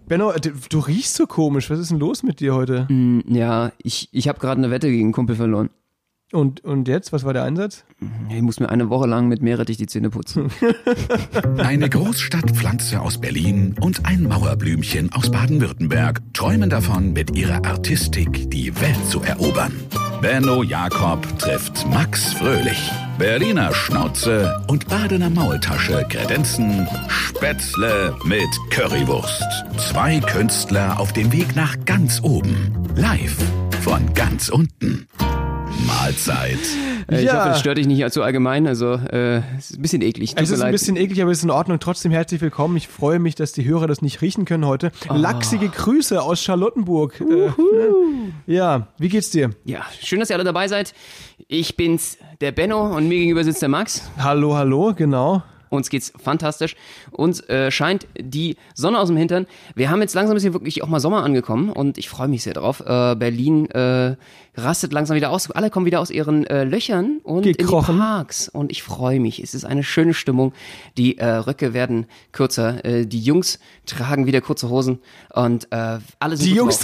Benno, du riechst so komisch. Was ist denn los mit dir heute? Ja, ich habe gerade eine Wette gegen einen Kumpel verloren. Und jetzt? Was war der Einsatz? Ich muss mir eine Woche lang mit Meerrettich die Zähne putzen. Eine Großstadtpflanze aus Berlin und ein Mauerblümchen aus Baden-Württemberg träumen davon, mit ihrer Artistik die Welt zu erobern. Benno Jakob trifft Max Fröhlich. Berliner Schnauze und Badener Maultasche kredenzen Spätzle mit Currywurst. 2 Künstler auf dem Weg nach ganz oben. Live von ganz unten. Mahlzeit. Ich hoffe, es stört dich nicht allzu allgemein, also es ist ein bisschen eklig. Es ist ein bisschen eklig, aber es ist in Ordnung. Trotzdem herzlich willkommen. Ich freue mich, dass die Hörer das nicht riechen können heute. Lachsige Grüße aus Charlottenburg. Ja, wie geht's dir? Ja, schön, dass ihr alle dabei seid. Ich bin's, der Benno, und mir gegenüber sitzt der Max. Hallo, genau. Uns geht's fantastisch. Uns scheint die Sonne aus dem Hintern. Wir haben jetzt langsam hier wirklich auch mal Sommer angekommen und ich freue mich sehr drauf. Berlin rastet langsam wieder aus. Alle kommen wieder aus ihren Löchern und gekrochen in die Parks. Und ich freue mich. Es ist eine schöne Stimmung. Die Röcke werden kürzer. Die Jungs tragen wieder kurze Hosen und alle sind die Jungs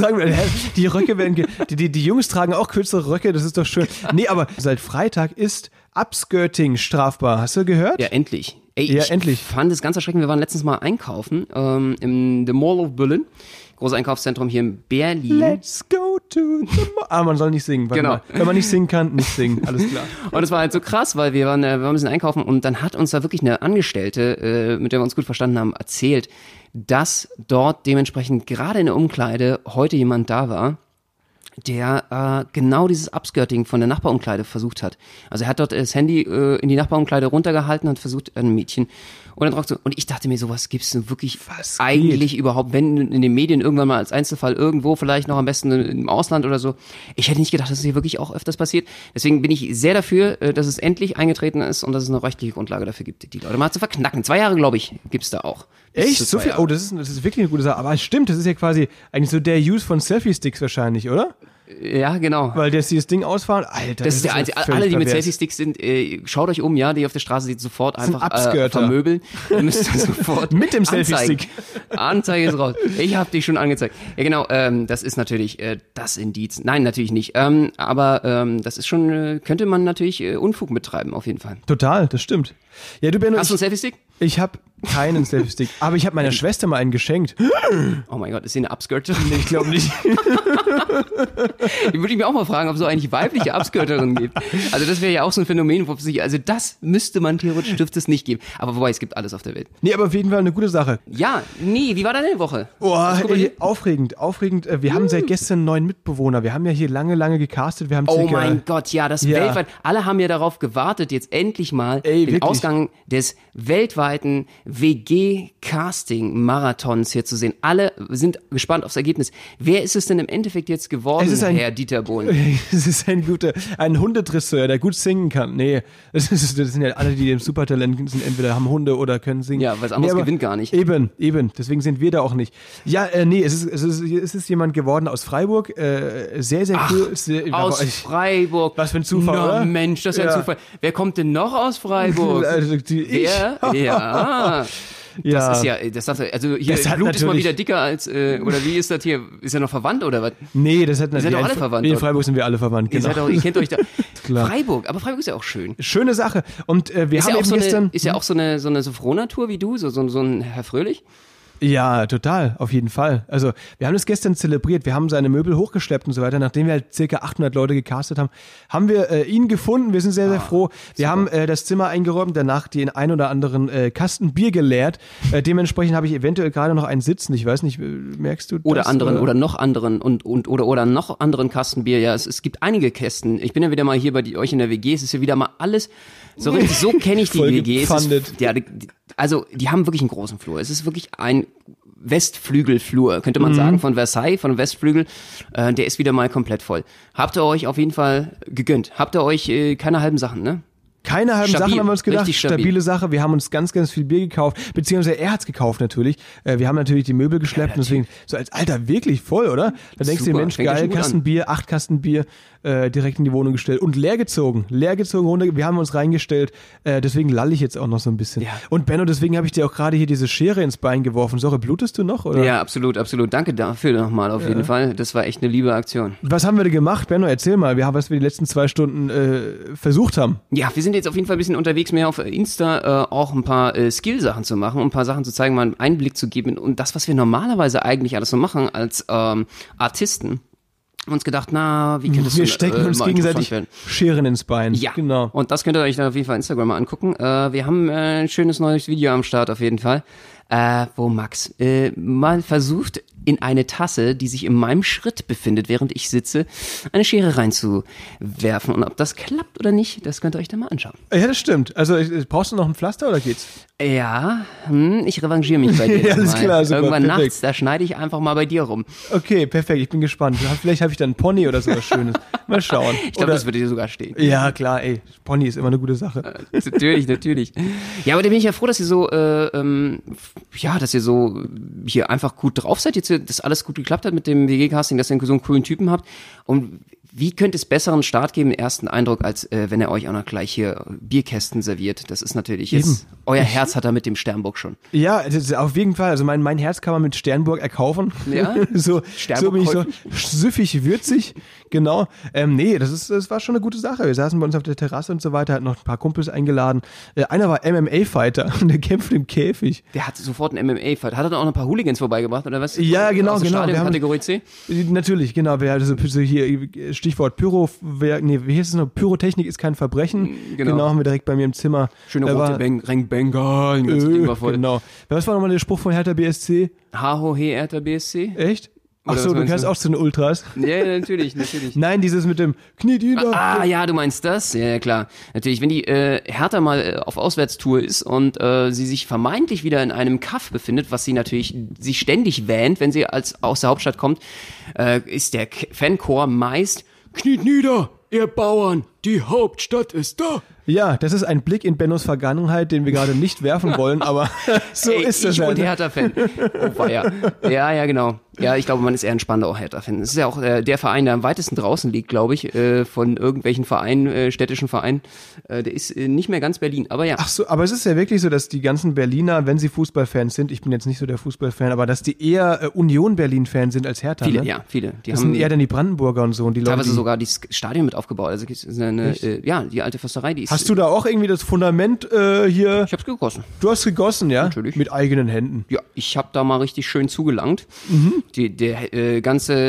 tragen auch kürzere Röcke. Das ist doch schön. Nee, aber seit Freitag ist Upskirting strafbar. Hast du gehört? Ja, endlich. Ich fand es ganz erschreckend. Wir waren letztens mal einkaufen in The Mall of Berlin. Großes Einkaufszentrum hier in Berlin. Let's go to the mall. Man soll nicht singen. Genau. Wenn man nicht singen kann, nicht singen. Alles klar. Und es war halt so krass, weil wir waren ein bisschen einkaufen und dann hat uns da wirklich eine Angestellte, mit der wir uns gut verstanden haben, erzählt, dass dort dementsprechend gerade in der Umkleide heute jemand da war, der genau dieses Upskirting von der Nachbarumkleide versucht hat. Also er hat dort das Handy in die Nachbarumkleide runtergehalten und versucht, ein Mädchen. Und ich dachte mir, sowas gibt's denn wirklich eigentlich überhaupt, wenn in den Medien irgendwann mal als Einzelfall irgendwo, vielleicht noch am besten im Ausland oder so. Ich hätte nicht gedacht, dass es hier wirklich auch öfters passiert. Deswegen bin ich sehr dafür, dass es endlich eingetreten ist und dass es eine rechtliche Grundlage dafür gibt, die Leute mal zu verknacken. 2 Jahre, glaube ich, gibt's da auch. Echt? So viel? Oh, das ist wirklich eine gute Sache. Aber es stimmt, das ist ja quasi eigentlich so der Use von Selfie-Sticks wahrscheinlich, oder? Ja, genau. Weil dieses Ding ausfahren, Alter. Das ist der einzige. Alle, die mit Selfie-Sticks sind, schaut euch um, ja, die auf der Straße sieht sofort einfach vermöbeln. Ihr müsst sofort mit dem Selfie-Stick. Anzeige ist raus. Ich hab dich schon angezeigt. Ja, genau, das ist natürlich das Indiz. Nein, natürlich nicht. Aber das ist schon, könnte man natürlich Unfug mittreiben, auf jeden Fall. Total, das stimmt. Ja, du Benno, hast du einen Selfie-Stick? Ich habe keinen Selfie-Stick, aber ich habe meiner Schwester mal einen geschenkt. Oh mein Gott, ist sie eine Upskirterin? Nee, ich glaube nicht. Die würde ich mir auch mal fragen, ob es so eigentlich weibliche Upskirterinnen gibt. Also das wäre ja auch so ein Phänomen, also das müsste man theoretisch, dürfte es nicht geben. Aber wobei, es gibt alles auf der Welt. Nee, aber auf jeden Fall eine gute Sache. Ja, wie war deine Woche? Aufregend. Wir haben seit gestern einen neuen Mitbewohner. Wir haben ja hier lange gecastet. Wir haben oh mein Gott, ja, weltweit. Alle haben ja darauf gewartet, jetzt endlich mal den wirklich? Ausgang des weltweiten WG-Casting-Marathons hier zu sehen. Alle sind gespannt aufs Ergebnis. Wer ist es denn im Endeffekt jetzt geworden, Herr Dieter Bohlen? Es ist ein Hundedresseur, der gut singen kann. Nee, das sind ja alle, die im Supertalent sind, entweder haben Hunde oder können singen. Ja, was anderes gewinnt gar nicht. Eben. Deswegen sind wir da auch nicht. Ja, es ist jemand geworden aus Freiburg. Sehr, sehr cool. Aus Freiburg. Was für ein Zufall, oder? Mensch, das ist ja ein Zufall. Wer kommt denn noch aus Freiburg? Wer? Ja. Das ist ja, also hier Blut ist mal wieder dicker als, oder wie ist das hier? Ist er noch verwandt oder was? Nee, das hat natürlich. Ihr seid doch alle verwandt. In Freiburg sind wir alle verwandt, genau. Ihr kennt euch da. Klar. Freiburg ist ja auch schön. Schöne Sache. Und wir haben eben gestern. Ist ja auch so eine Sophronatur wie du, so ein Herr Fröhlich? Ja, total, auf jeden Fall. Also wir haben das gestern zelebriert, wir haben seine Möbel hochgeschleppt und so weiter. Nachdem wir halt circa 800 Leute gecastet haben, haben wir ihn gefunden. Wir sind sehr, sehr froh. Wir haben das Zimmer eingeräumt, danach den ein oder anderen Kasten Bier geleert. Dementsprechend habe ich eventuell gerade noch einen sitzen. Ich weiß nicht, merkst du das? Oder noch anderen Kasten Bier. Ja, es gibt einige Kästen. Ich bin ja wieder mal hier bei euch in der WG. Es ist ja wieder mal alles so richtig. So kenne ich die WG. Also die haben wirklich einen großen Flur. Es ist wirklich ein Westflügelflur, könnte man sagen, von Versailles, von Westflügel. Der ist wieder mal komplett voll. Habt ihr euch auf jeden Fall gegönnt. Habt ihr euch keine halben Sachen, ne? Keine halben Sachen haben wir uns gedacht, stabile Sache. Wir haben uns ganz, ganz viel Bier gekauft, beziehungsweise er hat's gekauft natürlich. Wir haben natürlich die Möbel geschleppt und deswegen so als Alter wirklich voll, oder? Da denkst du dir, Mensch, geil, Kasten Bier, 8 Kasten Bier, direkt in die Wohnung gestellt und leer gezogen runter. Wir haben uns reingestellt, deswegen lalle ich jetzt auch noch so ein bisschen. Ja. Und Benno, deswegen habe ich dir auch gerade hier diese Schere ins Bein geworfen. Sorry, blutest du noch? Oder? Ja, absolut. Danke dafür nochmal auf jeden Fall. Das war echt eine liebe Aktion. Was haben wir denn gemacht, Benno? Erzähl mal, was wir die letzten 2 Stunden versucht haben. Ja, wir sind jetzt auf jeden Fall ein bisschen unterwegs, mehr auf Insta auch ein paar Skill-Sachen zu machen, um ein paar Sachen zu zeigen, mal einen Einblick zu geben und das, was wir normalerweise eigentlich alles so machen als Artisten. Uns gedacht, wie könnte es wir stecken uns gegenseitig Scheren ins Bein. Ja, genau. Und das könnt ihr euch dann auf jeden Fall Instagram mal angucken. Wir haben ein schönes neues Video am Start auf jeden Fall, wo Max mal versucht, in eine Tasse, die sich in meinem Schritt befindet, während ich sitze, eine Schere reinzuwerfen. Und ob das klappt oder nicht, das könnt ihr euch dann mal anschauen. Ja, das stimmt. Also brauchst du noch ein Pflaster oder geht's? Ja, ich revanchiere mich bei dir. Ja, alles klar, super, irgendwann perfekt. Nachts, da schneide ich einfach mal bei dir rum. Okay, perfekt, ich bin gespannt. Vielleicht habe ich dann einen Pony oder sowas Schönes. Mal schauen. Ich glaube, das würde dir sogar stehen. Ja, klar, Pony ist immer eine gute Sache. Natürlich. Ja, aber da bin ich ja froh, dass ihr so, dass ihr so hier einfach gut drauf seid, jetzt dass alles gut geklappt hat mit dem WG-Casting, dass ihr so einen coolen Typen habt. Und wie könnte es besseren Start geben, den ersten Eindruck, als wenn er euch auch noch gleich hier Bierkästen serviert? Das ist natürlich jetzt, euer Herz hat er mit dem Sternburg schon. Ja, das ist auf jeden Fall. Also mein Herz kann man mit Sternburg erkaufen. Ja? so bin ich so süffig, würzig. Genau. Das war schon eine gute Sache. Wir saßen bei uns auf der Terrasse und so weiter, hatten noch ein paar Kumpels eingeladen. Einer war MMA-Fighter und der kämpft im Käfig. Der hat sofort einen MMA-Fight. Hat er dann auch noch ein paar Hooligans vorbeigebracht, oder was? Ja, genau. Kategorie C? Natürlich, genau. Also hier Stichwort wie hieß es noch? Pyrotechnik ist kein Verbrechen. Genau, haben wir direkt bei mir im Zimmer. Schöne rote Bengal. Genau. Was war nochmal der Spruch von Hertha BSC? H-Ho-He Hertha BSC? Echt? Ach so, du gehörst auch zu den Ultras. Ja, natürlich. Nein, dieses mit dem Knie nieder. Ja, du meinst das? Ja, klar. Natürlich, wenn die Hertha mal auf Auswärtstour ist und sie sich vermeintlich wieder in einem Kaff befindet, was sie natürlich sich ständig wähnt, wenn sie aus der Hauptstadt kommt, ist der Fanchor meist Kniet nieder, ihr Bauern, die Hauptstadt ist da. Ja, das ist ein Blick in Bennos Vergangenheit, den wir gerade nicht werfen wollen, aber so ist das halt. Ich bin Hertha-Fan. Oh, weia. Ja, genau. Ja, ich glaube, man ist eher ein Spandauer Hertha-Fan. Es ist ja auch der Verein, der am weitesten draußen liegt, glaube ich, von irgendwelchen Vereinen, städtischen Vereinen. Der ist nicht mehr ganz Berlin, aber ja. Ach so, aber es ist ja wirklich so, dass die ganzen Berliner, wenn sie Fußballfans sind, ich bin jetzt nicht so der Fußballfan, aber dass die eher Union Berlin-Fans sind als Hertha, viele, ne? Ja, viele. Das sind eher dann die Brandenburger und so. Und die teilweise Leute, sogar das Stadion mit aufgebaut. Also es ist die alte Försterei, die ist... Hast du da auch irgendwie das Fundament hier? Ich hab's gegossen. Du hast gegossen, ja? Natürlich. Mit eigenen Händen. Ja, ich habe da mal richtig schön zugelangt. Die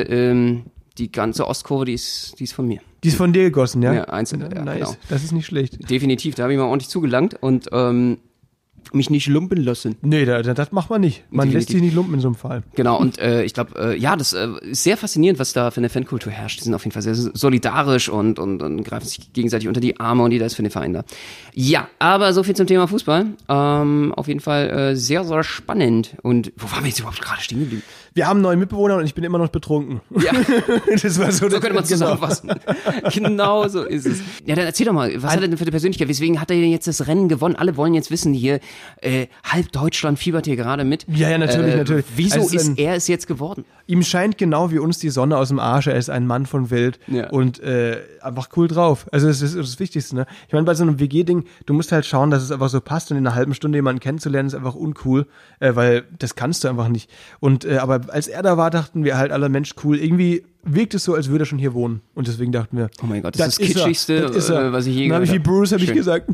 ganze Ostkurve, die ist von mir. Die ist von dir gegossen, ja? Ja, einzeln. Ja, nice. genau. Das ist nicht schlecht. Definitiv, da habe ich mal ordentlich zugelangt und mich nicht lumpen lassen. Nee, das macht man nicht. Man lässt sich nicht lumpen in so einem Fall. Genau, und ich glaube, das ist sehr faszinierend, was da für eine Fankultur herrscht. Die sind auf jeden Fall sehr solidarisch und greifen sich gegenseitig unter die Arme und jeder ist für den Verein da. Ja, aber so viel zum Thema Fußball. Auf jeden Fall sehr, sehr spannend. Und wo waren wir jetzt überhaupt gerade stehen geblieben? Wir haben einen neuen Mitbewohner und ich bin immer noch betrunken. Ja, das war so könnte man zusammenfassen. Genau so ist es. Ja, dann erzähl doch mal, was hat er denn für eine Persönlichkeit? Weswegen hat er denn jetzt das Rennen gewonnen? Alle wollen jetzt wissen hier, halb Deutschland fiebert hier gerade mit. Ja, natürlich. Wieso ist er es jetzt geworden? Ihm scheint genau wie uns die Sonne aus dem Arsch. Er ist ein Mann von Welt und einfach cool drauf. Also das ist das Wichtigste, ne? Ich meine, bei so einem WG-Ding, du musst halt schauen, dass es einfach so passt und in einer halben Stunde jemanden kennenzulernen, ist einfach uncool, weil das kannst du einfach nicht. Und aber als er da war, dachten wir halt alle, Mensch, cool. Irgendwie wirkt es so, als würde er schon hier wohnen. Und deswegen dachten wir, oh mein Gott, das ist das Kitschigste, was ich je gehört habe. Wie Bruce habe ich gesagt,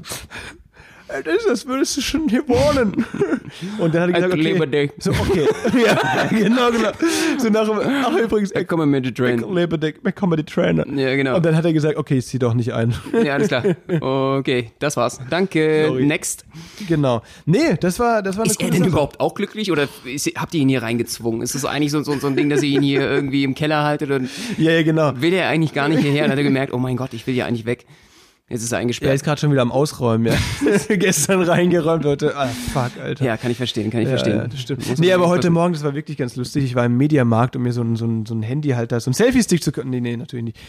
das würdest du schon hier wohnen. Und dann hat er gesagt, okay. So, okay. Ja, genau. So nach übrigens, Comedy Trainer. Ja, genau. Und dann hat er gesagt, okay, ich zieh doch nicht ein. Ja, alles klar. Okay, das war's. Danke. Sorry. Next. Genau. Nee, das war eine Ist er denn überhaupt auch glücklich oder habt ihr ihn hier reingezwungen? Ist das eigentlich so ein Ding, dass ihr ihn hier irgendwie im Keller haltet? Und ja, genau. Will er eigentlich gar nicht hierher? Und hat er gemerkt, oh mein Gott, ich will ja eigentlich weg. Jetzt ist er Er eingesperrt. ist gerade schon wieder am Ausräumen, ja. Gestern reingeräumt, heute. Ah, fuck, Alter. Ja, kann ich verstehen. Ja, das stimmt. Nee, aber heute Morgen, das war wirklich ganz lustig. Ich war im Mediamarkt, um mir so ein Handyhalter, so ein Selfie-Stick zu können. Nee, natürlich nicht.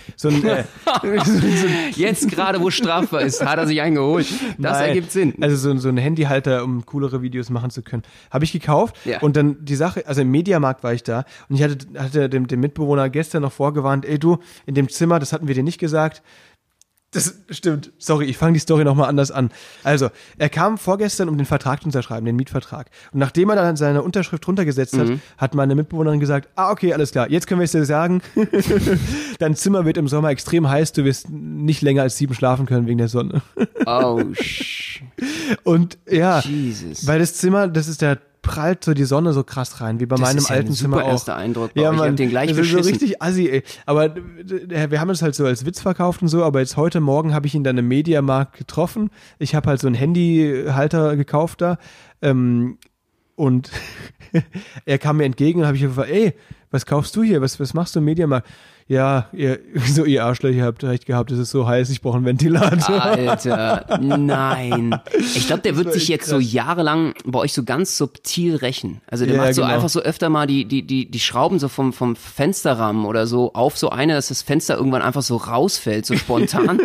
Jetzt gerade, wo strafbar ist, hat er sich eingeholt. Das ergibt Sinn. Also so ein Handyhalter, um coolere Videos machen zu können. Habe ich gekauft. Ja. Und dann die Sache, also im Mediamarkt war ich da und ich hatte dem Mitbewohner gestern noch vorgewarnt, ey du, in dem Zimmer, das hatten wir dir nicht gesagt. Das stimmt. Sorry, ich fange die Story nochmal anders an. Also, er kam vorgestern, um den Vertrag zu unterschreiben, den Mietvertrag. Und nachdem er dann seine Unterschrift runtergesetzt hat, hat meine Mitbewohnerin gesagt, okay, alles klar, jetzt können wir es dir sagen. Dein Zimmer wird im Sommer extrem heiß, du wirst nicht länger als 7 schlafen können wegen der Sonne. Oh, Und ja, Jesus. weil das Zimmer, da prallt so die Sonne so krass rein, wie bei meinem alten Zimmer auch. Das ist ein super erster Eindruck. Ja, ich hab den gleich das ist so beschissen. richtig assi, ey. Aber wir haben es halt so als Witz verkauft und so, aber jetzt heute Morgen habe ich ihn dann im Mediamarkt getroffen. Ich habe halt so einen Handyhalter gekauft da und er kam mir entgegen und habe ich gefragt, ey, was kaufst du hier? Was machst du im Mediamarkt? Ja, ihr Arschlöcher habt recht gehabt, es ist so heiß, ich brauche einen Ventilator. Alter, nein. Ich glaube, der wird sich jetzt so jahrelang bei euch so ganz subtil rächen. Also der macht so einfach so öfter mal die Schrauben so vom Fensterrahmen oder so auf so eine, dass das Fenster irgendwann einfach so rausfällt, so spontan.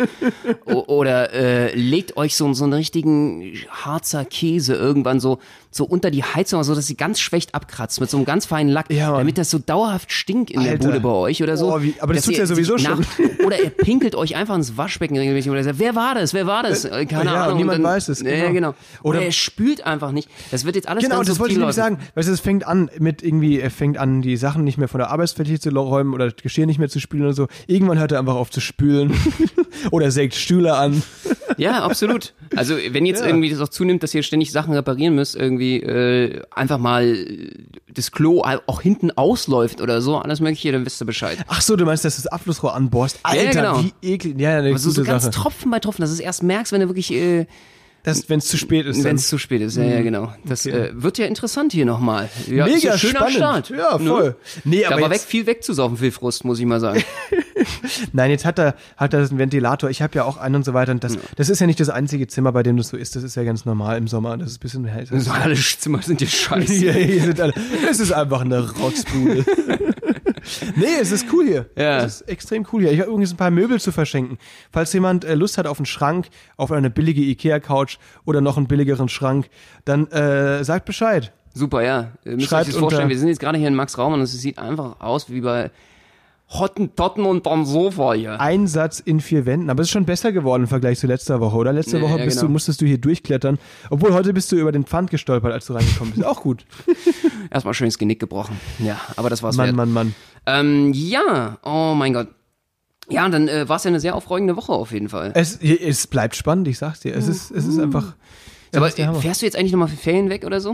Oder legt euch so einen richtigen Harzer Käse irgendwann so unter die Heizung, so dass sie ganz schlecht abkratzt mit so einem ganz feinen Lack, damit das so dauerhaft stinkt in der Bude bei euch oder so. Aber das tut's ja sowieso schon. Oder er pinkelt euch einfach ins Waschbecken regelmäßig oder sagt, wer war das? Keine Ahnung. Niemand weiß es. Genau. Ja, genau. Oder er spült einfach nicht. Das wird jetzt alles genau, ganz das wollte ich nämlich sagen. Weißt du, es fängt an mit irgendwie, er fängt an, die Sachen nicht mehr von der Arbeitsfläche zu räumen oder das Geschirr nicht mehr zu spülen oder so. Irgendwann hört er einfach auf zu spülen. Oder sägt Stühle an. Ja, absolut. Also wenn jetzt irgendwie das auch zunimmt, dass ihr ständig Sachen reparieren müsst, irgendwie einfach mal das Klo auch hinten ausläuft oder so, alles mögliche, dann wisst ihr Bescheid. Ach so, du meinst, dass du das Abflussrohr anbohrst? Alter, ja, genau. Wie eklig. Ja, eine so gute ganz Sache. Tropfen bei Tropfen, dass du es erst merkst, wenn du wirklich... Wenn es zu spät ist. Wenn es zu spät ist, ja, genau. Das wird ja interessant hier nochmal. Ja, mega ist ja schön spannend. am Start. Ja, voll. Ne? Nee, aber da war jetzt, viel wegzusaufen, viel Frust, muss ich mal sagen. Nein, jetzt hat er einen Ventilator. Ich habe ja auch einen und so weiter. Und das ist ja nicht das einzige Zimmer, bei dem das so ist. Das ist ja ganz normal im Sommer. Das ist ein bisschen heiß. Also alle Zimmer sind hier scheiße. Ja, hier sind alle. Es ist einfach eine Rotzbude. Nee, es ist cool hier. Ja. Es ist extrem cool hier. Ich habe übrigens ein paar Möbel zu verschenken. Falls jemand Lust hat auf einen Schrank, auf eine billige Ikea-Couch oder noch einen billigeren Schrank, dann sagt Bescheid. Super, ja. Müsst ihr euch Schreibt das vorstellen. unter- Wir sind jetzt gerade hier in Max Raum und es sieht einfach aus wie bei Hottentotten und am Sofa hier. Ein Satz in 4 Wänden. Aber es ist schon besser geworden im Vergleich zu letzter Woche, oder? Letzte Woche genau. musstest du hier durchklettern. Obwohl, heute bist du über den Pfand gestolpert, als du reingekommen bist. Auch gut. Erstmal schön das Genick gebrochen. Ja, aber das war's wert. Mann. Ja, oh mein Gott. Ja, und dann war es ja eine sehr aufregende Woche auf jeden Fall. Es bleibt spannend, ich sag's dir. Es ist einfach... Aber ist der Hammer. fährst du jetzt eigentlich nochmal für Ferien weg oder so?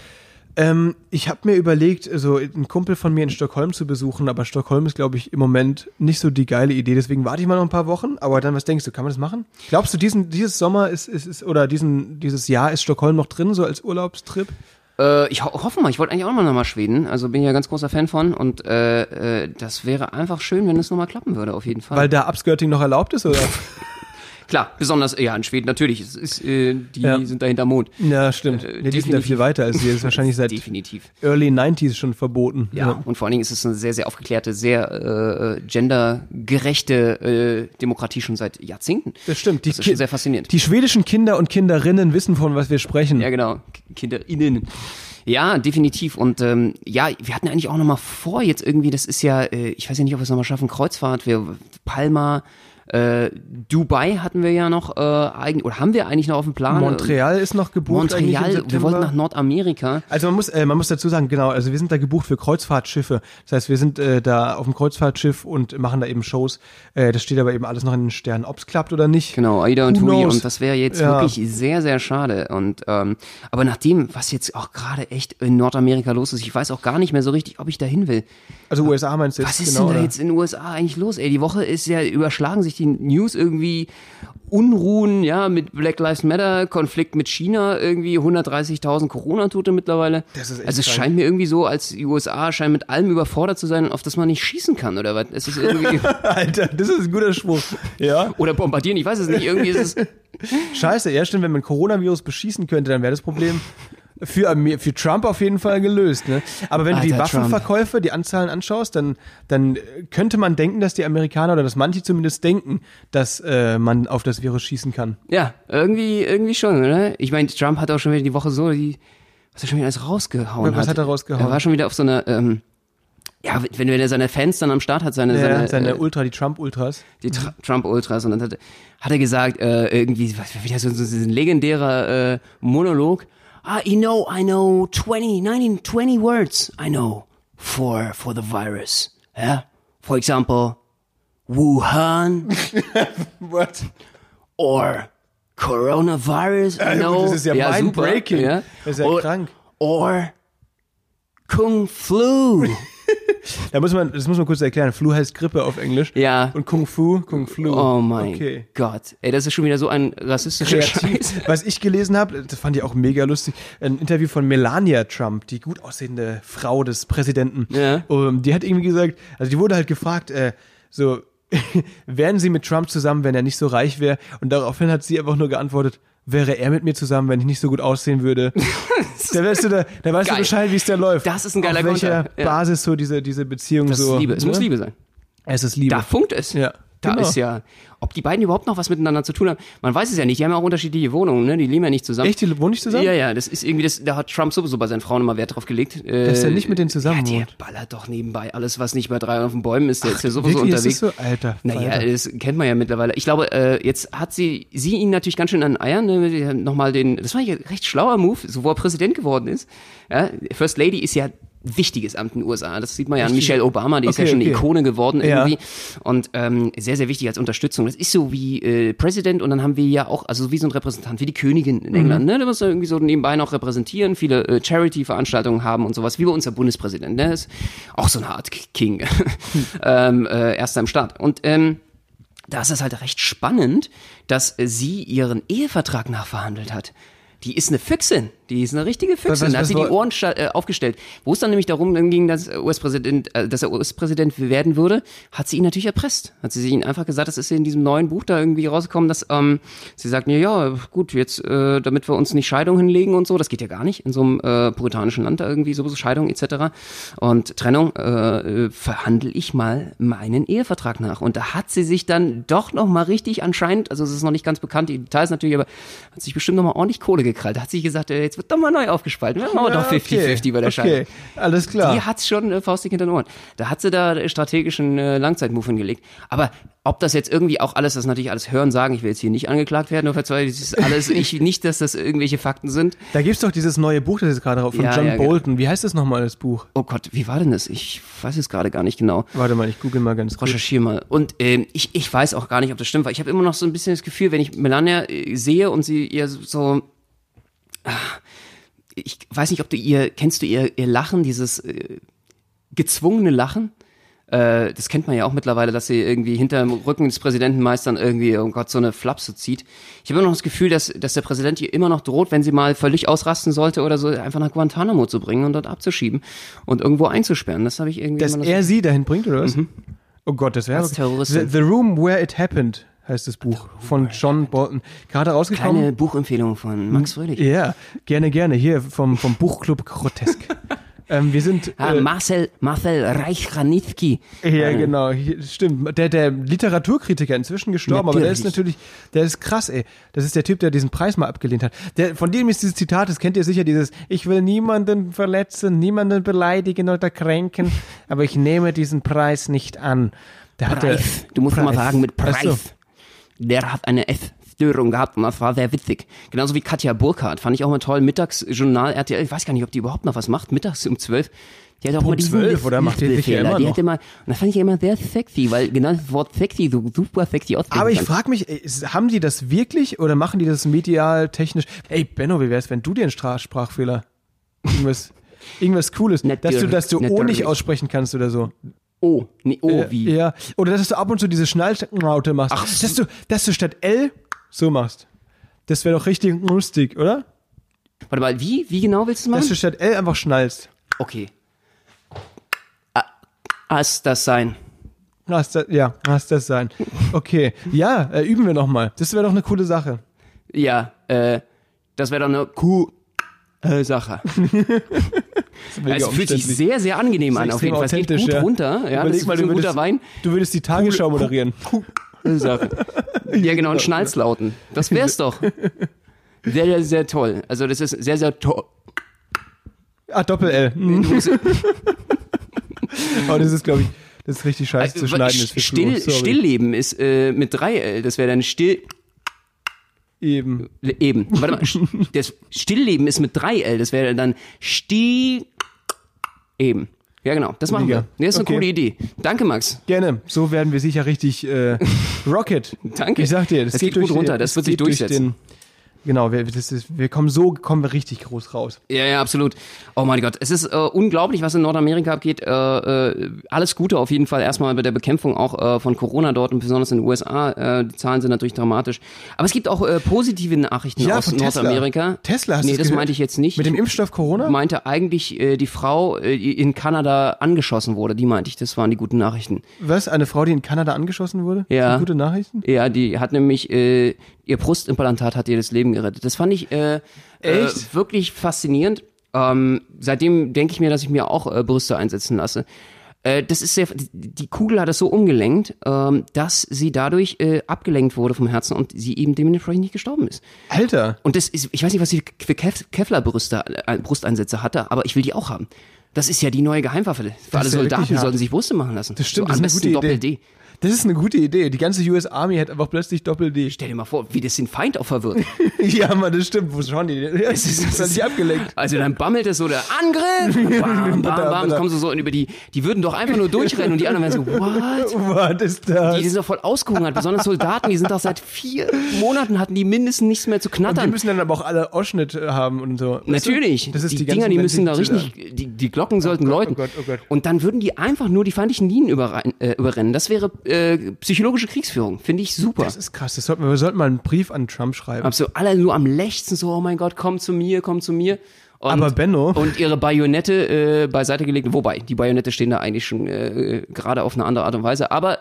Ich habe mir überlegt, so einen Kumpel von mir in Stockholm zu besuchen, aber Stockholm ist, glaube ich, im Moment nicht so die geile Idee. Deswegen warte ich mal noch ein paar Wochen. Aber dann, was denkst du, kann man das machen? Glaubst du, dieses Sommer oder dieses Jahr ist Stockholm noch drin, so als Urlaubstrip? Ich hoffe mal, ich wollte eigentlich auch noch mal Schweden. Also bin ja ganz großer Fan von. Und das wäre einfach schön, wenn es nochmal klappen würde, auf jeden Fall. Weil da Upskirting noch erlaubt ist, oder? Klar, besonders, ja, in Schweden natürlich. Es ist, die sind da hinterm Mond. Ja, stimmt. Die sind da definitiv. viel weiter als wir. Das ist wahrscheinlich seit Definitiv. Early 90s schon verboten. Ja, und vor allen Dingen ist es eine sehr, sehr aufgeklärte, sehr gendergerechte Demokratie schon seit Jahrzehnten. Das stimmt. Das ist schon sehr faszinierend. Die schwedischen Kinder und Kinderinnen wissen, von was wir sprechen. Ja, genau. KinderInnen. Ja, definitiv. Und ja, wir hatten eigentlich auch noch mal vor, jetzt irgendwie, das ist ja, ich weiß ja nicht, ob wir es noch mal schaffen, Kreuzfahrt, Palma, Dubai hatten wir ja noch eigentlich, oder haben wir eigentlich noch auf dem Plan? Montreal ist noch gebucht. eigentlich im Montreal, wir September. wollten nach Nordamerika. Also man muss dazu sagen, genau, also wir sind da gebucht für Kreuzfahrtschiffe. Das heißt, wir sind da auf dem Kreuzfahrtschiff und machen da eben Shows. Das steht aber eben alles noch in den Sternen, ob es klappt oder nicht. Genau, Aida und Who Tui, knows? und das wäre jetzt wirklich sehr, sehr schade. Und aber nach dem, was jetzt auch gerade echt in Nordamerika los ist, ich weiß auch gar nicht mehr so richtig, ob ich da hin will. Also USA meinst du jetzt? Was ist genau, denn da oder? jetzt in den USA eigentlich los? Ey, die Woche ist ja, überschlagen sich die News irgendwie Unruhen, ja, mit Black Lives Matter, Konflikt mit China, irgendwie 130.000 Corona-Tote mittlerweile. Das ist echt also es krank. scheint mir irgendwie so, als die USA scheinen mit allem überfordert zu sein, auf das man nicht schießen kann, oder was? Es ist irgendwie Alter, das ist ein guter Spruch. Ja. oder bombardieren, ich weiß es nicht, irgendwie ist es Scheiße, ja stimmt, wenn man Coronavirus beschießen könnte, dann wäre das Problem für Trump auf jeden Fall gelöst. Ne? Aber wenn du die Alter, Waffenverkäufe, die Anzahlen anschaust, dann könnte man denken, dass die Amerikaner oder dass manche zumindest denken, dass man auf das Virus schießen kann. ja, irgendwie schon, oder? Ich meine, Trump hat auch schon wieder die Woche so, was er schon wieder alles rausgehauen Was hat er rausgehauen? Er war schon wieder auf so einer, ja, wenn er seine Fans dann am Start hat, seine die Trump-Ultras. die Trump-Ultras, und dann hat er gesagt, irgendwie, wieder so ein legendärer Monolog. I know 20 words I know for the virus. Yeah? For example, Wuhan What? or coronavirus. I know. Das ist ja mind-breaking. super, ja? Das ist ja krank. Or Kung Flu. Das muss man kurz erklären. Flu heißt Grippe auf Englisch. Ja. Und Kung Flu. Oh mein Okay. Gott. Ey, das ist schon wieder so ein rassistischer Scheiß. Was ich gelesen habe, das fand ich auch mega lustig, ein Interview von Melania Trump, die gut aussehende Frau des Präsidenten. Ja. Die hat irgendwie gesagt, also die wurde halt gefragt, wären sie mit Trump zusammen, wenn er nicht so reich wäre? Und daraufhin hat sie einfach nur geantwortet, wäre er mit mir zusammen, wenn ich nicht so gut aussehen würde? Da weißt du Geil. Bescheid, wie es da läuft. Das ist ein geiler Auf welcher Konter. Ja. Basis so diese Beziehung Das so. ist Liebe. Es muss ne? Liebe sein. Es ist Liebe. Da funkt es. Ja. Da Genau. ist ja, ob die beiden überhaupt noch was miteinander zu tun haben, man weiß es ja nicht. Die haben ja auch unterschiedliche Wohnungen, ne? Die leben ja nicht zusammen. Echt, die wohnen nicht zusammen? Ja, das ist irgendwie, da hat Trump sowieso bei seinen Frauen immer Wert drauf gelegt. Dass er nicht mit denen zusammen Ja, der wohnt. ballert doch nebenbei alles, was nicht bei 3 auf den Bäumen ist. Der ist ja sowieso Wirklich, unterwegs. ist das so? Alter. Naja, Alter. das kennt man ja mittlerweile. Ich glaube, jetzt hat sie ihn natürlich ganz schön an den Eiern. Ne? Nochmal das war ja ein recht schlauer Move, so wo er Präsident geworden ist. Ja, First Lady ist ja wichtiges Amt in den USA. Das sieht man ja an Michelle Obama, die ist ja schon eine Ikone geworden irgendwie. Und sehr, sehr wichtig als Unterstützung. Das ist so wie President, und dann haben wir ja auch, also wie so ein Repräsentant, wie die Königin in England. Ne? Da muss er irgendwie so nebenbei noch repräsentieren, viele Charity-Veranstaltungen haben und sowas, wie bei unser Bundespräsident. Ne? Ist auch so eine Art King. Erster im Staat. Und da ist es halt recht spannend, dass sie ihren Ehevertrag nachverhandelt hat. Die ist eine Füchsin. Die ist eine richtige Füchsin. Da hat sie die Ohren aufgestellt. Wo es dann nämlich darum ging, dass er US-Präsident werden würde, hat sie ihn natürlich erpresst. Hat sie ihn einfach gesagt, das ist in diesem neuen Buch da irgendwie rausgekommen, dass sie sagt, ja, gut, jetzt, damit wir uns nicht Scheidung hinlegen und so, das geht ja gar nicht in so einem puritanischen Land da irgendwie, sowieso Scheidung etc. und Trennung, verhandle ich mal meinen Ehevertrag nach. Und da hat sie sich dann doch nochmal richtig anscheinend, also es ist noch nicht ganz bekannt, die Details natürlich, aber hat sich bestimmt nochmal ordentlich Kohle gekrallt. Da hat sie gesagt, jetzt wird doch mal neu aufgespalten. Wir machen wir doch 50-50 bei der Scheidung. Okay, alles klar. Die hat's schon faustig hinter den Ohren. Da hat sie da strategischen Langzeitmove hingelegt. Aber ob das jetzt irgendwie auch alles, das ist natürlich alles Hören sagen, ich will jetzt hier nicht angeklagt werden, nur für zwei, das ist alles, nicht, dass das irgendwelche Fakten sind. Da gibt's doch dieses neue Buch, das ist gerade drauf, von John Bolton. Wie heißt das nochmal, das Buch? Oh Gott, wie war denn das? Ich weiß es gerade gar nicht genau. Warte mal, ich google mal ganz kurz. Recherchiere mal. Und ich weiß auch gar nicht, ob das stimmt, weil ich habe immer noch so ein bisschen das Gefühl, wenn ich Melania sehe und sie ihr so... Ich weiß nicht, kennst du ihr Lachen, dieses gezwungene Lachen? Das kennt man ja auch mittlerweile, dass sie irgendwie hinterm Rücken des Präsidenten meist dann irgendwie, oh Gott, so eine Flapse zieht. Ich habe immer noch das Gefühl, dass der Präsident ihr immer noch droht, wenn sie mal völlig ausrasten sollte oder so, einfach nach Guantanamo zu bringen und dort abzuschieben und irgendwo einzusperren. Das habe ich irgendwie... Dass er sie dahin bringt, oder was? Oh Gott, das wäre... Als Terroristin. The Room Where It Happened heißt das Buch von John Bolton. Gerade rausgekommen. Kleine Buchempfehlung von Max Fröhlich. Ja, gerne. Hier vom Buchclub Grotesk. Wir sind... Marcel Reich-Ranitzky. Ja, genau, stimmt. Der Literaturkritiker, inzwischen gestorben, aber der ist krass, ey. Das ist der Typ, der diesen Preis mal abgelehnt hat. Von dem ist dieses Zitat, das kennt ihr sicher, dieses, ich will niemanden verletzen, niemanden beleidigen oder kränken, aber ich nehme diesen Preis nicht an. Du musst mal sagen, mit Preis. So. Der hat eine Essstörung gehabt und das war sehr witzig. Genauso wie Katja Burkhardt, fand ich auch mal toll. Mittagsjournal RTL, ich weiß gar nicht, ob die überhaupt noch was macht, mittags um 12. Die hat auch mal 12, oder macht die sicher immer noch? Die hat immer, und das fand ich immer sehr sexy, weil genau das Wort sexy so super sexy aussprechen Aber ich frage mich, haben die das wirklich oder machen die das medial, technisch? Ey, Benno, wie wär's, wenn du dir einen Sprachfehler, irgendwas Cooles, dass du O nicht aussprechen kannst oder so? O. Nee, O, wie? Ja. Oder dass du ab und zu diese Schnallraute machst. Ach, dass du statt L so machst. Das wäre doch richtig lustig, oder? Warte mal, wie? Wie genau willst du es Dass machen? du statt L einfach schnallst. Okay. Lass das sein. Lass das sein. Okay. Ja, üben wir nochmal. Das wäre doch eine coole Sache. Ja, das wäre doch eine Sache. Es fühlt sich sehr, sehr angenehm an, auf jeden Fall. Es geht gut runter. Ja, Überleg mal, das ist ein guter Wein. Du würdest die Tagesschau moderieren. Sache. Ja, genau, und Schnalzlauten. Das wär's doch. Sehr, sehr, sehr toll. Also, das ist sehr, sehr toll. Doppel-L. Aber das ist, glaube ich, das ist richtig scheiße zu schneiden. Stillleben ist mit 3L. Das wäre dann still... Eben. Warte mal, das Stillleben ist mit 3L, das wäre dann Eben. Ja, genau, das machen wir. Das ist eine coole Idee. Danke, Max. Gerne. So werden wir sicher richtig Rocket. Danke. Ich sag dir, das geht gut runter, das wird sich durchsetzen. Genau, wir kommen richtig groß raus. Ja, absolut. Oh mein Gott, es ist unglaublich, was in Nordamerika abgeht. Alles Gute auf jeden Fall erstmal bei der Bekämpfung auch von Corona dort und besonders in den USA. Die Zahlen sind natürlich dramatisch. Aber es gibt auch positive Nachrichten aus Nordamerika. Tesla, hast du das meinte ich jetzt nicht. Mit dem Impfstoff Corona? Ich meinte eigentlich die Frau, die in Kanada angeschossen wurde. Die meinte ich, das waren die guten Nachrichten. Was? Eine Frau, die in Kanada angeschossen wurde? Ja. Das sind gute Nachrichten? Ja, die hat nämlich... ihr Brustimplantat hat ihr das Leben gerettet. Das fand ich wirklich faszinierend. Seitdem denke ich mir, dass ich mir auch Brüste einsetzen lasse. Die Kugel hat es so umgelenkt, dass sie dadurch abgelenkt wurde vom Herzen und sie eben dementsprechend nicht gestorben ist. Alter! Und das ist, ich weiß nicht, was sie für Brusteinsätze hatte, aber ich will die auch haben. Das ist ja die neue Geheimwaffe. Für alle Soldaten sollten sich Brüste machen lassen. Das stimmt, so, das ist eine gute Idee. Doppel-D. Das ist eine gute Idee. Die ganze US Army hat einfach plötzlich Doppel-D. Stell dir mal vor, wie das den Feind auch verwirrt. Ja, Mann, das stimmt. Wo schauen die? Das ist nicht abgelenkt. Also dann bammelt es so der Angriff. Bam, bam, bam. Dann kommen sie so über die würden doch einfach nur durchrennen und die anderen wären so, what ist das? Die sind doch voll ausgehungert. Besonders Soldaten, die sind doch seit 4 Monaten hatten die mindestens nichts mehr zu knattern. Und die müssen dann aber auch alle Ausschnitt haben und so. Natürlich. Das ist die Dinger, die müssen da richtig, die Glocken sollten läuten. Oh Gott. Und dann würden die einfach nur die feindlichen Linien überrennen. Das wäre psychologische Kriegsführung. Finde ich super. Das ist krass. Wir sollten mal einen Brief an Trump schreiben. Absolut. Alle nur am Lechzen so, oh mein Gott, komm zu mir. Aber Benno. Und ihre Bajonette beiseite gelegt. Wobei, die Bajonette stehen da eigentlich schon gerade auf eine andere Art und Weise. Aber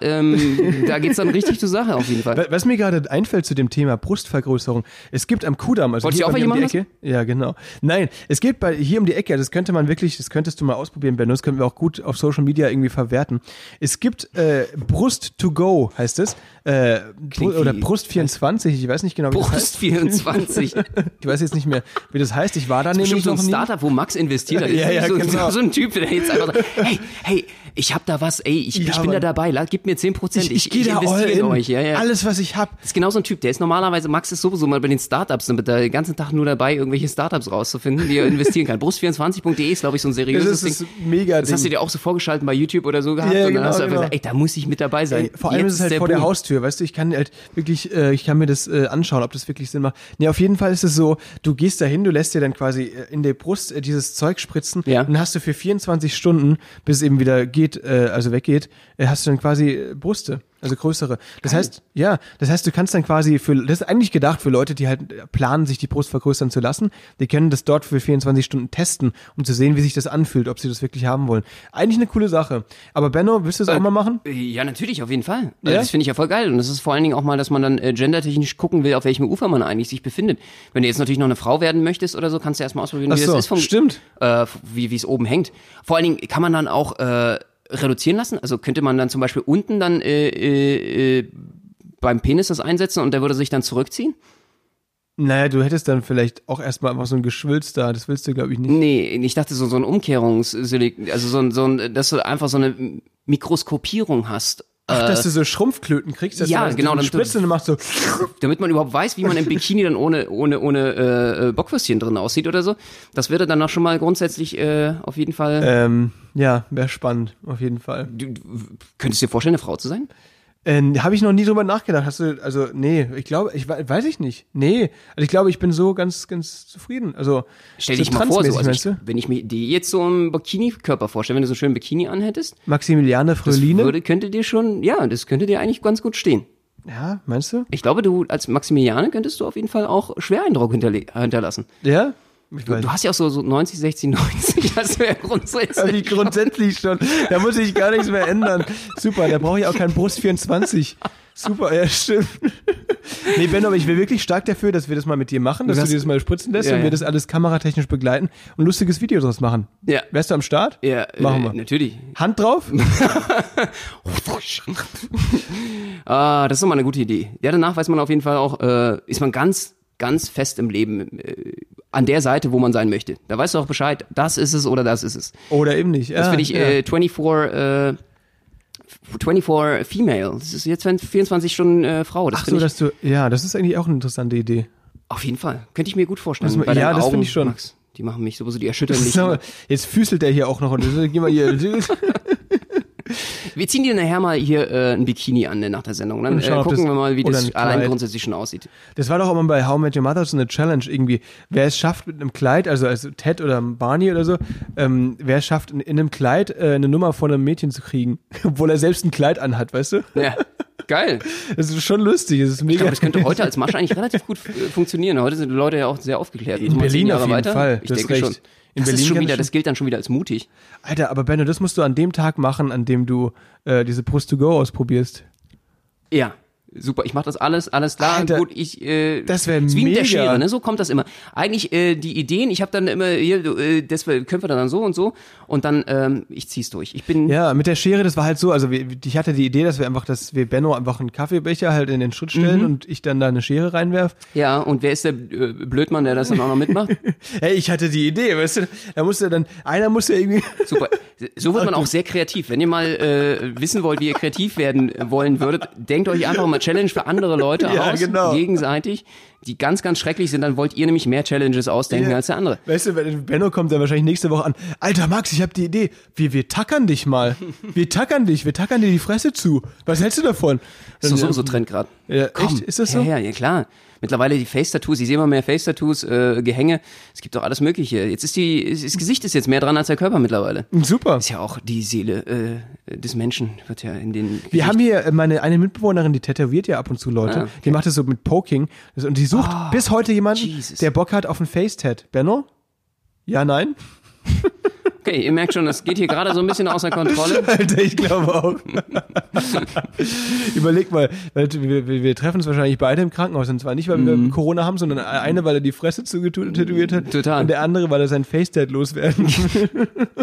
da geht's dann richtig zur Sache auf jeden Fall. Was mir gerade einfällt zu dem Thema Brustvergrößerung, es gibt am Kudamm, also Wolltest hier du auch bei mir um die welche Ecke. Ja, genau. Nein, es gibt hier um die Ecke, das könntest du mal ausprobieren, Benno, das können wir auch gut auf Social Media irgendwie verwerten. Es gibt Brust to go, heißt es. Oder Brust 24, ich weiß nicht genau, wie das heißt. Brust 24. Ich weiß jetzt nicht mehr, wie das heißt. Ich war da nämlich so ein Startup, wo Max investiert hat. Ja, genau. So ein Typ, der jetzt einfach sagt, hey, ich hab da was, ich bin da dabei, gib mir 10%, ich investiere in euch. Ja. Alles, was ich hab. Das ist genau so ein Typ, der ist normalerweise, Max ist sowieso mal bei den Startups, damit der den ganzen Tag nur dabei, irgendwelche Startups rauszufinden, die er investieren kann. Brust24.de ist, glaube ich, so ein seriöses Ding. Das ist mega. Das hast du dir auch so vorgeschalten bei YouTube oder so gehabt und dann hast du einfach gesagt, da muss ich mit dabei sein. Vor allem ist es halt vor der Haustür, weißt du, ich kann halt wirklich, ich kann mir das anschauen, ob das wirklich Sinn macht. Nee, auf jeden Fall ist es so, du gehst dahin, du lässt dir dann quasi in der Brust dieses Zeug spritzen und dann hast du für 24 Stunden, bis es eben wieder geht, also weggeht, hast du dann quasi Brüste. Also größere. Das heißt, du kannst dann quasi das ist eigentlich gedacht für Leute, die halt planen, sich die Brust vergrößern zu lassen. Die können das dort für 24 Stunden testen, um zu sehen, wie sich das anfühlt, ob sie das wirklich haben wollen. Eigentlich eine coole Sache. Aber Benno, willst du das auch mal machen? Ja, natürlich, auf jeden Fall. Ja? Das finde ich ja voll geil. Und das ist vor allen Dingen auch mal, dass man dann gendertechnisch gucken will, auf welchem Ufer man eigentlich sich befindet. Wenn du jetzt natürlich noch eine Frau werden möchtest oder so, kannst du erstmal ausprobieren, wie das ist. Stimmt. Wie es oben hängt. Vor allen Dingen kann man dann auch reduzieren lassen? Also könnte man dann zum Beispiel unten dann beim Penis das einsetzen und der würde sich dann zurückziehen? Naja, du hättest dann vielleicht auch erstmal einfach so ein Geschwülz da, das willst du, glaube ich, nicht. Nee, ich dachte so ein also dass du einfach so eine Mikroskopierung hast. Ach, dass du so Schrumpfklöten kriegst, dass du genau, dann spritzt und du machst so. Damit man überhaupt weiß, wie man im Bikini dann ohne Bockwürstchen drin aussieht oder so. Das wäre dann auch schon mal grundsätzlich auf jeden Fall. Ja, wäre spannend, auf jeden Fall. Du könntest dir vorstellen, eine Frau zu sein? Habe ich noch nie drüber nachgedacht. Hast du, also, nee, weiß ich nicht. Nee, also ich glaube, ich bin so ganz, ganz zufrieden. Also, Stell dich mal vor, so, also wenn ich mir dir jetzt so einen Bikini-Körper vorstelle, wenn du so schön Bikini anhättest. Maximiliane Fröhline. Das könnte dir eigentlich ganz gut stehen. Ja, meinst du? Ich glaube, du als Maximiliane könntest du auf jeden Fall auch Schwereindruck hinterlassen. Ja? Du hast ja auch so 90, 60, 90, hast du ja grundsätzlich. Grundsätzlich schon. Da muss ich gar nichts mehr ändern. Super, da brauche ich auch kein Brust 24. Super, ja, stimmt. Nee, Benno, aber ich will wirklich stark dafür, dass wir das mal mit dir machen, dass du dir das mal spritzen lässt und wir das alles kameratechnisch begleiten und ein lustiges Video draus machen. Ja. Wärst du am Start? Ja, machen wir. Natürlich. Hand drauf? Das ist doch mal eine gute Idee. Ja, danach weiß man auf jeden Fall auch, ist man ganz fest im Leben an der Seite, wo man sein möchte. Da weißt du auch Bescheid, das ist es oder das ist es. Oder eben nicht. Das finde ich 24 Female. Das ist jetzt 24 Stunden Frau. Das das ist eigentlich auch eine interessante Idee. Auf jeden Fall. Könnte ich mir gut vorstellen. Das finde ich schon. Max, die machen mich sowieso, die erschüttern mich. Jetzt füßelt der hier auch noch. Und geh mal hier. Wir ziehen dir nachher mal hier ein Bikini an nach der Sendung. Dann gucken wir mal, wie das allein grundsätzlich schon aussieht. Das war doch auch mal bei How I Met Your Mother so eine Challenge irgendwie. Wer es schafft mit einem Kleid, also Ted oder Barney oder so, wer es schafft in einem Kleid eine Nummer von einem Mädchen zu kriegen, obwohl er selbst ein Kleid anhat, weißt du? Ja, geil. Das ist schon lustig, das ist mega. Ich glaube, das könnte heute als Masche eigentlich relativ gut funktionieren. Heute sind die Leute ja auch sehr aufgeklärt. In Berlin auf jeden Fall. Ich denke schon. Das gilt dann schon wieder als mutig. Alter, aber Benno, das musst du an dem Tag machen, an dem du diese Brust to go ausprobierst. Ja, super. Ich mache das alles klar. Alter, gut, das wäre mega. Wie mit der Schere, ne? So kommt das immer. Eigentlich die Ideen, ich habe dann immer hier, das können wir dann so und so und dann ich zieh's durch. Ja, mit der Schere, das war halt so, also ich hatte die Idee, dass wir Benno einfach einen Kaffeebecher halt in den Schritt stellen und ich dann da eine Schere reinwerf. Ja, und wer ist der Blödmann, der das dann auch noch mitmacht? Hey, ich hatte die Idee, weißt du, einer musste irgendwie... Super, so wird man auch sehr kreativ. Wenn ihr mal wissen wollt, wie ihr kreativ werden wollen würdet, denkt euch einfach mal Challenge für andere Leute aus, gegenseitig, die ganz, ganz schrecklich sind, dann wollt ihr nämlich mehr Challenges ausdenken als der andere. Weißt du, wenn Benno kommt dann wahrscheinlich nächste Woche an, Alter Max, ich habe die Idee, wir tackern dich mal, wir tackern dir die Fresse zu, was hältst du davon? Das ist doch so Trend gerade. Ja, echt? Ist das so? Ja, klar. Mittlerweile die Face-Tattoos, ich sehe immer mehr Face-Tattoos, Gehänge, es gibt doch alles Mögliche. Jetzt das Gesicht ist jetzt mehr dran als der Körper mittlerweile. Super. Ist ja auch die Seele des Menschen, wird ja in den Wir haben hier eine Mitbewohnerin, die tätowiert ja ab und zu Leute, okay. Die macht das so mit Poking und die sucht bis heute jemanden, der Bock hat auf ein Face-Tat. Benno? Ja, nein? Okay, ihr merkt schon, das geht hier gerade so ein bisschen außer Kontrolle. Alter, ich glaube auch. Überleg mal, wir treffen uns wahrscheinlich beide im Krankenhaus. Und zwar nicht, weil wir Corona haben, sondern eine, weil er die Fresse tätowiert hat. Total. Und der andere, weil er sein Face-Tat loswerden will.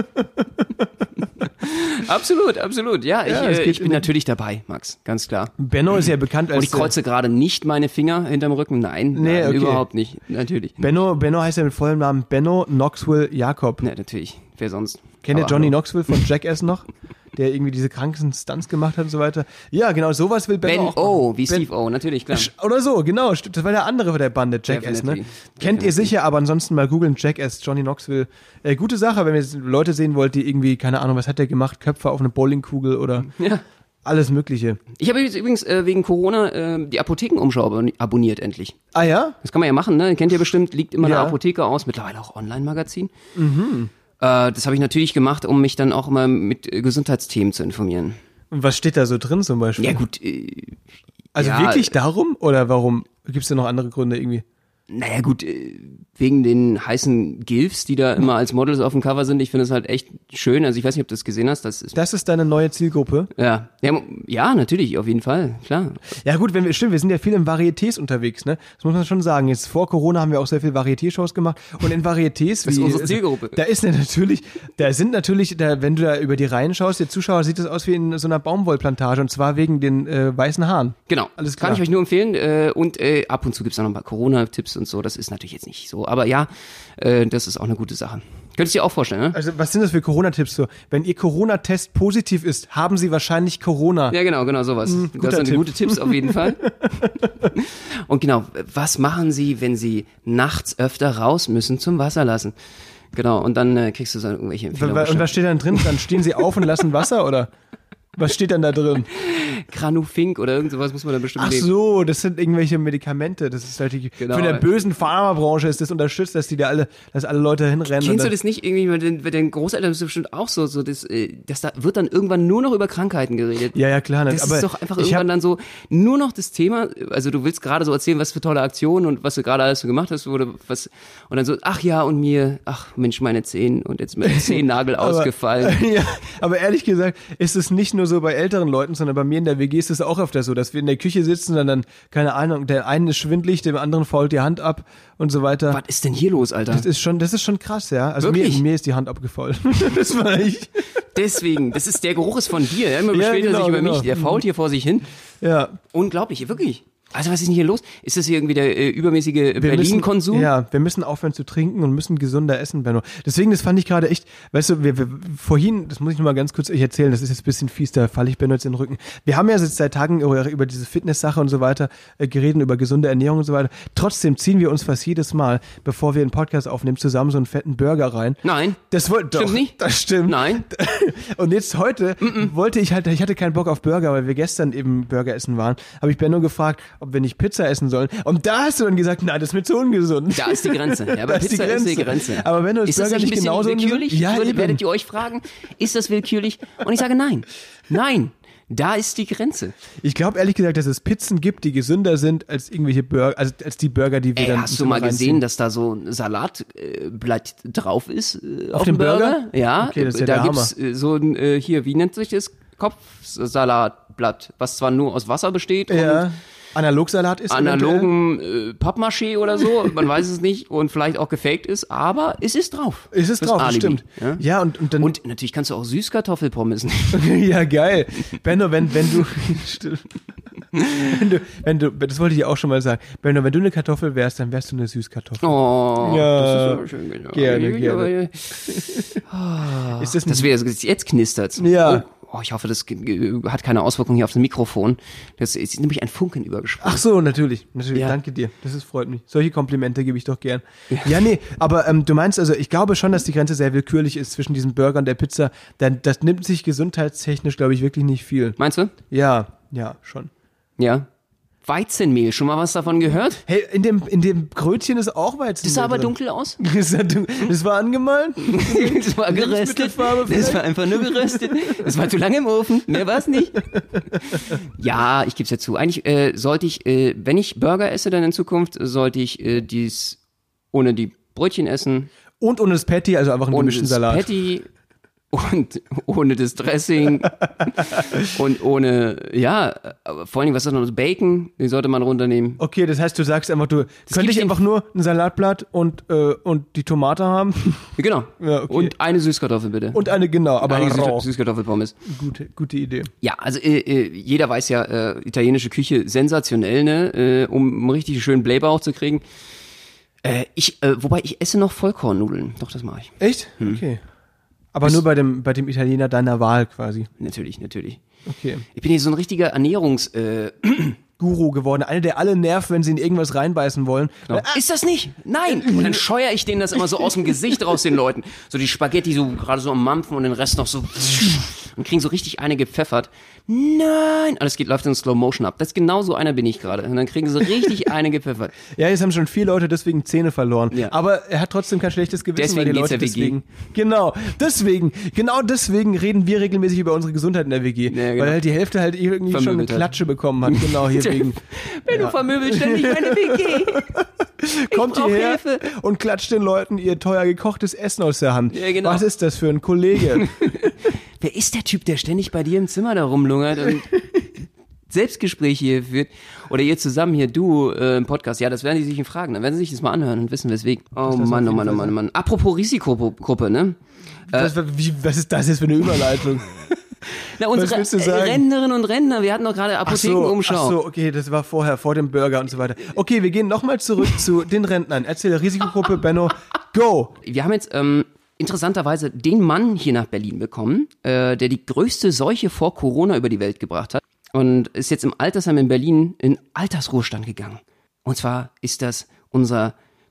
Absolut. Ja, ich bin natürlich dabei, Max, ganz klar. Benno ist ja bekannt als... Und ich kreuze gerade nicht meine Finger hinterm Rücken. Nein, okay. Überhaupt nicht. Natürlich. Benno heißt ja mit vollem Namen Benno Knoxville Jakob. Ja, natürlich. Wer sonst? Kennt ihr Johnny Knoxville von Jackass noch? Der irgendwie diese kranken Stunts gemacht hat und so weiter. Ja, genau, sowas will Benno auch machen. Wie Steve O, natürlich, klar. Oder so, genau. Das war der andere von der Bande, Jackass, ne? Kennt ihr sicher, aber ansonsten mal googeln, Jackass, Johnny Knoxville. Gute Sache, wenn ihr Leute sehen wollt, die irgendwie, keine Ahnung, was hat der gemacht? Köpfe auf eine Bowlingkugel oder alles Mögliche. Ich habe jetzt übrigens wegen Corona die Apothekenumschau abonniert, endlich. Ah ja? Das kann man ja machen, ne? Kennt ihr bestimmt, liegt immer eine Apotheke aus, mittlerweile auch Online-Magazin. Das habe ich natürlich gemacht, um mich dann auch immer mit Gesundheitsthemen zu informieren. Und was steht da so drin zum Beispiel? Ja gut. Wirklich darum? Oder warum? Gibt es da noch andere Gründe irgendwie? Naja gut, wegen den heißen Gilfs, die da immer als Models auf dem Cover sind. Ich finde es halt echt schön. Also ich weiß nicht, ob du das gesehen hast. Das ist deine neue Zielgruppe? Ja, natürlich, auf jeden Fall, klar. Ja gut, wir sind ja viel im Varietés unterwegs, ne? Das muss man schon sagen. Jetzt vor Corona haben wir auch sehr viel Varieté-Shows gemacht. Und in Varietés... Das ist unsere Zielgruppe. Wenn du da über die Reihen schaust, der Zuschauer sieht das aus wie in so einer Baumwollplantage. Und zwar wegen den weißen Haaren. Genau, alles klar. Kann ich euch nur empfehlen. Und ab und zu gibt's auch noch ein paar Corona-Tipps und so. Das ist natürlich jetzt nicht so. Aber ja, das ist auch eine gute Sache. Könntest du dir auch vorstellen, ne? Also was sind das für Corona-Tipps so? Wenn ihr Corona-Test positiv ist, haben sie wahrscheinlich Corona. Ja, genau, sowas. Das sind gute Tipps auf jeden Fall. Und genau, was machen sie, wenn sie nachts öfter raus müssen zum Wasser lassen? Genau, und dann kriegst du so irgendwelche Empfehlungen. Und was steht dann drin? Dann stehen sie auf und lassen Wasser, oder? Was steht dann da drin? Granufink oder irgend sowas muss man da bestimmt Ach nehmen. so, das sind irgendwelche Medikamente. Das ist halt Genau. von der bösen Pharmabranche ist das unterstützt, dass alle Leute hinrennen. Kennst du das nicht irgendwie mit den Großeltern? Das ist bestimmt auch so dass da wird dann irgendwann nur noch über Krankheiten geredet. Ja, klar. Das ist doch einfach irgendwann dann so nur noch das Thema. Also du willst gerade so erzählen, was für tolle Aktionen und was du gerade alles so gemacht hast oder was und dann so, ach ja und mir, ach Mensch, meine Zehen und jetzt mein Zehennagel ausgefallen. Ja, aber ehrlich gesagt ist es nicht nur so bei älteren Leuten, sondern bei mir in der WG ist es auch öfter so, dass wir in der Küche sitzen und dann, keine Ahnung, der eine ist schwindelig, dem anderen fault die Hand ab und so weiter. Was ist denn hier los, Alter? Das ist schon krass, ja. Also mir ist die Hand abgefault. Das war ich. Deswegen, der Geruch ist von dir. Ja? Immer beschwert er sich über mich, der fault hier vor sich hin. Ja. Unglaublich, wirklich. Also was ist denn hier los? Ist das hier irgendwie der übermäßige Berlin-Konsum? Wir müssen aufhören zu trinken und müssen gesunder essen, Benno. Deswegen, das fand ich gerade echt, weißt du, wir vorhin, das muss ich noch mal ganz kurz euch erzählen, das ist jetzt ein bisschen fies, da falle ich Benno jetzt in den Rücken. Wir haben ja jetzt seit Tagen über diese Fitness-Sache und so weiter geredet, über gesunde Ernährung und so weiter. Trotzdem ziehen wir uns fast jedes Mal, bevor wir einen Podcast aufnehmen, zusammen so einen fetten Burger rein. Nein. Das stimmt nicht. Das stimmt. Nein. Und jetzt heute ich hatte keinen Bock auf Burger, weil wir gestern eben Burger essen waren, habe ich Benno gefragt, ob wir nicht Pizza essen sollen. Und da hast du dann gesagt, nein, das ist mir zu ungesund. Da ist die Grenze. Ja, bei Pizza ist die Grenze. Aber wenn du das Burger nicht genauso willkürlich? Ja, werdet ihr euch fragen, ist das willkürlich? Und ich sage nein. Nein. Da ist die Grenze. Ich glaube ehrlich gesagt, dass es Pizzen gibt, die gesünder sind als irgendwelche Burger, also als die Burger, die wir dann hast du mal gesehen, dass da so ein Salatblatt drauf ist auf dem Burger? Ja, okay, das ist ja da der gibt's so ein hier, wie nennt sich das? Kopfsalatblatt, was zwar nur aus Wasser besteht und Analogsalat ist analogen Pappmaché oder so, man weiß es nicht und vielleicht auch gefaked ist, aber es ist drauf. Es ist drauf, das stimmt. Ja, und dann und natürlich kannst du auch Süßkartoffelpommes nehmen. Ja, geil. Benno, wenn du, das wollte ich auch schon mal sagen, Benno, wenn du eine Kartoffel wärst, dann wärst du eine Süßkartoffel. Oh, ja, das ist aber schön. Genau. Gerne. Ist das jetzt knistert's. Ja. Oh, ich hoffe, das hat keine Auswirkung hier auf das Mikrofon. Das ist nämlich ein Funken übergesprungen. Ach so, natürlich. Ja. Danke dir. Freut mich. Solche Komplimente gebe ich doch gern. Ja, nee, aber du meinst also, ich glaube schon, dass die Grenze sehr willkürlich ist zwischen diesem Burger und der Pizza. Das nimmt sich gesundheitstechnisch, glaube ich, wirklich nicht viel. Meinst du? Ja, schon. Ja. Weizenmehl, schon mal was davon gehört? Hey, in dem Brötchen ist auch Weizenmehl. Das sah aber drin. dunkel aus. Das war angemalt? Das war geröstet. Das war einfach nur geröstet. Das war zu lange im Ofen. Mehr war es nicht. Ja, ich gebe es ja zu. Eigentlich sollte ich, wenn ich Burger esse dann in Zukunft, sollte ich dies ohne die Brötchen essen. Und ohne das Patty, also einfach einen gemischten Salat. Patty und ohne das Dressing und ohne, vor allen Dingen, was ist das noch, Bacon, den sollte man runternehmen. Okay, das heißt, du sagst einfach, könnte ich einfach nur ein Salatblatt und die Tomate haben? Genau. Ja, okay. Und eine Süßkartoffel bitte. Und eine, genau, aber eine rau. Süßkartoffelpommes. Gute Idee. Ja, also jeder weiß ja, italienische Küche sensationell, ne, um einen richtig schönen Blähbauch zu kriegen. Wobei ich esse noch Vollkornnudeln. Doch, das mache ich. Echt? Okay. Aber nur bei dem Italiener deiner Wahl quasi. Natürlich. Okay. Ich bin hier so ein richtiger Guru geworden. Einer, der alle nervt, wenn sie in irgendwas reinbeißen wollen. Genau. Ist das nicht? Nein! Und dann scheuere ich denen das immer so aus dem Gesicht raus, den Leuten. So die Spaghetti so gerade so am Mampfen und den Rest noch so und kriegen so richtig eine gepfeffert. Nein! Alles läuft in Slow Motion ab. Das ist genau so einer bin ich gerade. Und dann kriegen sie richtig eine gepfeffert. Ja, jetzt haben schon 4 Leute deswegen Zähne verloren. Ja. Aber er hat trotzdem kein schlechtes Gewissen, weil die Leute deswegen. Genau deswegen reden wir regelmäßig über unsere Gesundheit in der WG. Ja, genau. Weil halt die Hälfte halt irgendwie schon eine Klatsche bekommen hat. Genau, hier wegen. Benno vermöbelt ständig meine WG. Kommt hierher und klatscht den Leuten ihr teuer gekochtes Essen aus der Hand. Ja, genau. Was ist das für ein Kollege? Wer ist der Typ, der ständig bei dir im Zimmer da rumlungert und Selbstgespräche hier führt? Oder ihr zusammen hier, du im Podcast. Ja, das werden die sich fragen. Dann werden sie sich das mal anhören und wissen, weswegen. Oh Mann. Apropos Risikogruppe, ne? Was ist das jetzt für eine Überleitung? Na, unsere Rentnerinnen und Rentner, wir hatten doch gerade Apothekenumschau. Ach so, okay, das war vorher, vor dem Burger und so weiter. Okay, wir gehen nochmal zurück zu den Rentnern. Erzähl, Risikogruppe, Benno, go! Wir haben jetzt interessanterweise den Mann hier nach Berlin bekommen, der die größte Seuche vor Corona über die Welt gebracht hat und ist jetzt im Altersheim in Berlin in Altersruhestand gegangen. Und zwar ist das unser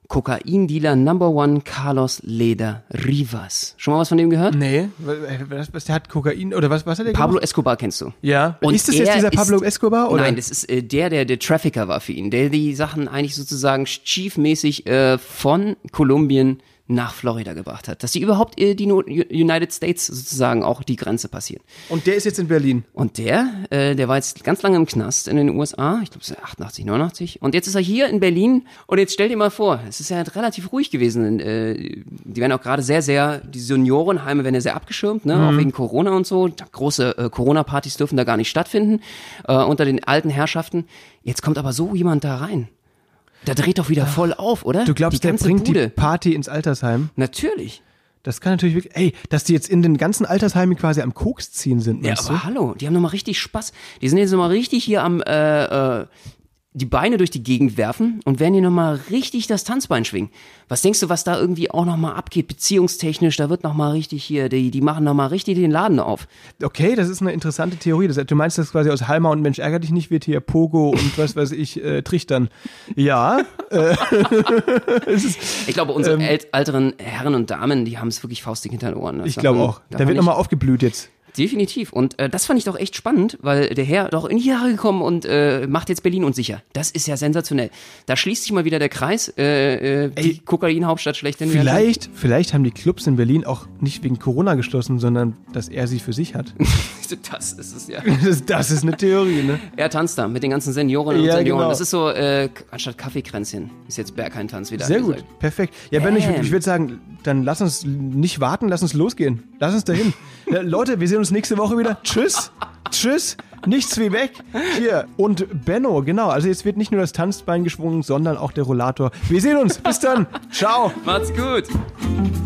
Kokain-Dealer Number One Carlos Leder Rivas. Schon mal was von dem gehört? Nee, was der hat Kokain, oder was hat der Pablo gemacht? Escobar kennst du. Ja. Und ist das jetzt dieser Pablo Escobar? Oder? Nein, das ist der Trafficker war für ihn, der die Sachen eigentlich sozusagen chiefmäßig von Kolumbien nach Florida gebracht hat. Dass die überhaupt die United States sozusagen auch die Grenze passieren. Und der ist jetzt in Berlin? Und der war jetzt ganz lange im Knast in den USA, ich glaube es ist 88, 89. Und jetzt ist er hier in Berlin und jetzt stell dir mal vor, es ist ja relativ ruhig gewesen. Die werden auch gerade die Seniorenheime werden ja sehr abgeschirmt, ne? Auch wegen Corona und so. Große Corona-Partys dürfen da gar nicht stattfinden unter den alten Herrschaften. Jetzt kommt aber so jemand da rein. Da dreht doch wieder voll auf, oder? Du glaubst, der bringt Bude. Die Party ins Altersheim? Natürlich. Das kann natürlich wirklich, dass die jetzt in den ganzen Altersheimen quasi am Koks ziehen sind, Ja, meinst aber du? hallo, die haben nochmal richtig Spaß. Die sind jetzt nochmal richtig hier am die Beine durch die Gegend werfen und werden hier nochmal richtig das Tanzbein schwingen. Was denkst du, was da irgendwie auch nochmal abgeht, beziehungstechnisch? Da wird nochmal richtig hier, die machen nochmal richtig den Laden auf. Okay, das ist eine interessante Theorie. Du meinst, dass quasi aus Halma und Mensch ärger dich nicht wird hier Pogo und was weiß ich, Trichtern. Ja. Ich glaube, unsere älteren Herren und Damen, die haben es wirklich faustig hinter den Ohren. Ich glaube auch. Da wird nochmal aufgeblüht jetzt. Definitiv. Und das fand ich doch echt spannend, weil der Herr doch in die Jahre gekommen und macht jetzt Berlin unsicher. Das ist ja sensationell. Da schließt sich mal wieder der Kreis. Die Kokain-Hauptstadt schlechthin. Vielleicht haben die Clubs in Berlin auch nicht wegen Corona geschlossen, sondern dass er sie für sich hat. Das ist es ja. Das ist eine Theorie, ne? Er tanzt da mit den ganzen Senioren und Senioren. Genau. Das ist so, anstatt Kaffeekränzchen ist jetzt Berghain-Tanz wieder. Sehr gut, perfekt. Ja, Ben, ich würde sagen, dann lass uns nicht warten, lass uns losgehen. Lass uns dahin. Leute, wir sehen uns nächste Woche wieder. Tschüss. Tschüss. Nichts wie weg. Hier. Und Benno, genau. Also jetzt wird nicht nur das Tanzbein geschwungen, sondern auch der Rollator. Wir sehen uns. Bis dann. Ciao. Macht's gut.